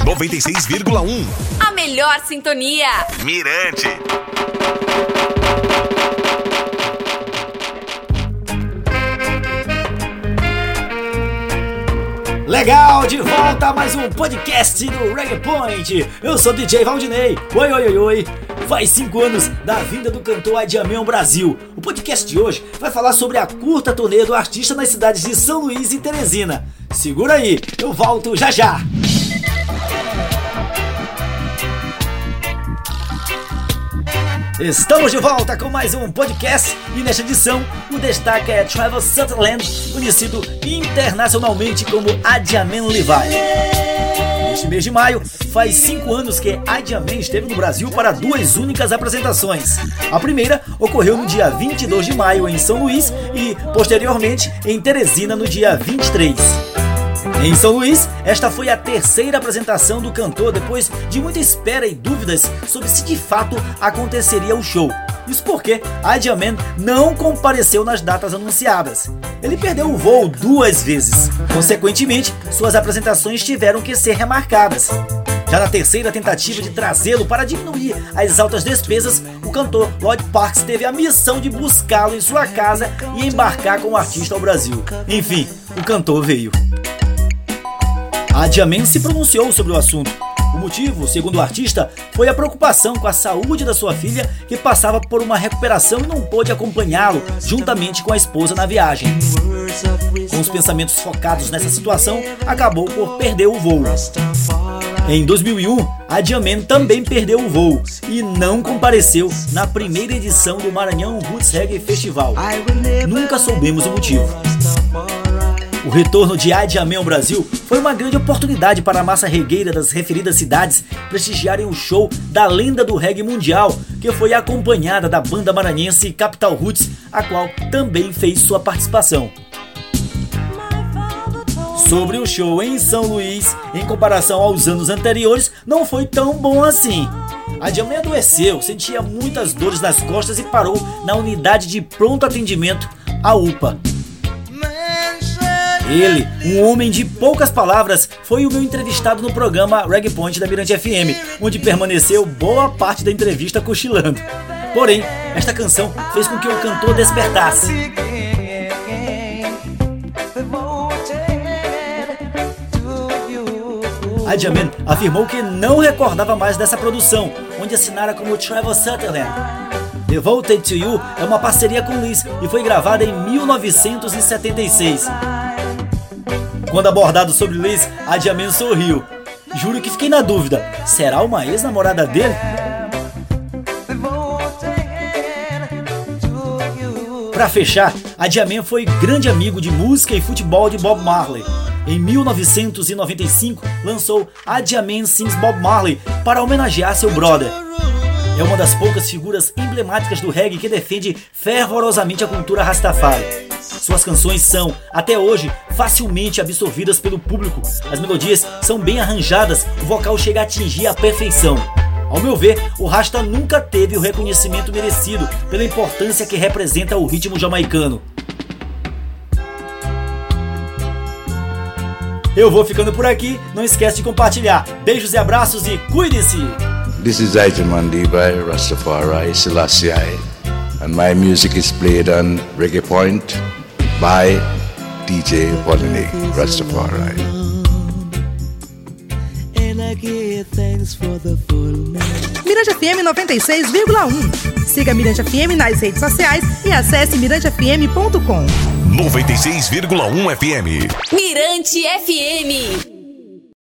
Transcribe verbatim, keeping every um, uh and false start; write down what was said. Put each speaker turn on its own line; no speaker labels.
noventa e seis vírgula um.
A melhor sintonia.
Mirante.
Legal, de volta a mais um podcast do Reggae Point. Eu sou D J Valdinei. Oi, oi, oi, oi. Faz cinco anos da vinda do cantor Idi Amen ao Brasil. O podcast de hoje vai falar sobre a curta turnê do artista nas cidades de São Luís e Teresina. Segura aí, eu volto já já. Estamos de volta com mais um podcast e nesta edição o destaque é Travis Sutherland, conhecido internacionalmente como Idi Amen Levi. Neste mês de maio, faz cinco anos que Idi Amen esteve no Brasil para duas únicas apresentações. A primeira ocorreu no dia vinte e dois de maio em São Luís e, posteriormente, em Teresina no dia vinte e três. Em São Luís, esta foi a terceira apresentação do cantor depois de muita espera e dúvidas sobre se de fato aconteceria o show. Isso porque Idi Amen não compareceu nas datas anunciadas. Ele perdeu o voo duas vezes. Consequentemente, suas apresentações tiveram que ser remarcadas. Já na terceira tentativa de trazê-lo para diminuir as altas despesas, o cantor Lloyd Parks teve a missão de buscá-lo em sua casa e embarcar com o artista ao Brasil. Enfim, o cantor veio. Idi Amen se pronunciou sobre o assunto. O motivo, segundo o artista, foi a preocupação com a saúde da sua filha, que passava por uma recuperação e não pôde acompanhá-lo juntamente com a esposa na viagem. Com os pensamentos focados nessa situação, acabou por perder o voo. Em dois mil e um, Idi Amen também perdeu o voo e não compareceu na primeira edição do Maranhão Roots Reggae Festival. Nunca soubemos o motivo. O retorno de Idi Amen ao Brasil foi uma grande oportunidade para a massa regueira das referidas cidades prestigiarem o show da lenda do reggae mundial, que foi acompanhada da banda maranhense Capital Roots, a qual também fez sua participação. Sobre o show em São Luís, em comparação aos anos anteriores, não foi tão bom assim. Idi Amen adoeceu, sentia muitas dores nas costas e parou na unidade de pronto atendimento, a U P A. Ele, um homem de poucas palavras, foi o meu entrevistado no programa Reggae Point da Mirante F M, onde permaneceu boa parte da entrevista cochilando. Porém, esta canção fez com que o cantor despertasse. Idi Amen afirmou que não recordava mais dessa produção, onde assinara como Travis Sutherland. Devoted to You é uma parceria com Liz e foi gravada em mil novecentos e setenta e seis. Quando abordado sobre Liz, Idi Amen sorriu. Juro que fiquei na dúvida, será uma ex-namorada dele? Para fechar, Idi Amen foi grande amigo de música e futebol de Bob Marley. Em mil novecentos e noventa e cinco, lançou Idi Amen Sings Bob Marley para homenagear seu brother. É uma das poucas figuras emblemáticas do reggae que defende fervorosamente a cultura Rastafari. Suas canções são, até hoje, facilmente absorvidas pelo público. As melodias são bem arranjadas, o vocal chega a atingir a perfeição. Ao meu ver, o Rasta nunca teve o reconhecimento merecido pela importância que representa o ritmo jamaicano. Eu vou ficando por aqui, não esquece de compartilhar. Beijos e abraços e cuide-se!
This is Idi Amen Levi, Rastafari, Selassie, and my music is played on Reggae Point by D J Valdinei, Rastafari.
Mirante F M noventa e seis vírgula um. Siga Mirante F M nas redes sociais e acesse mirante f m ponto com.
noventa e seis vírgula um F M.
Mirante F M.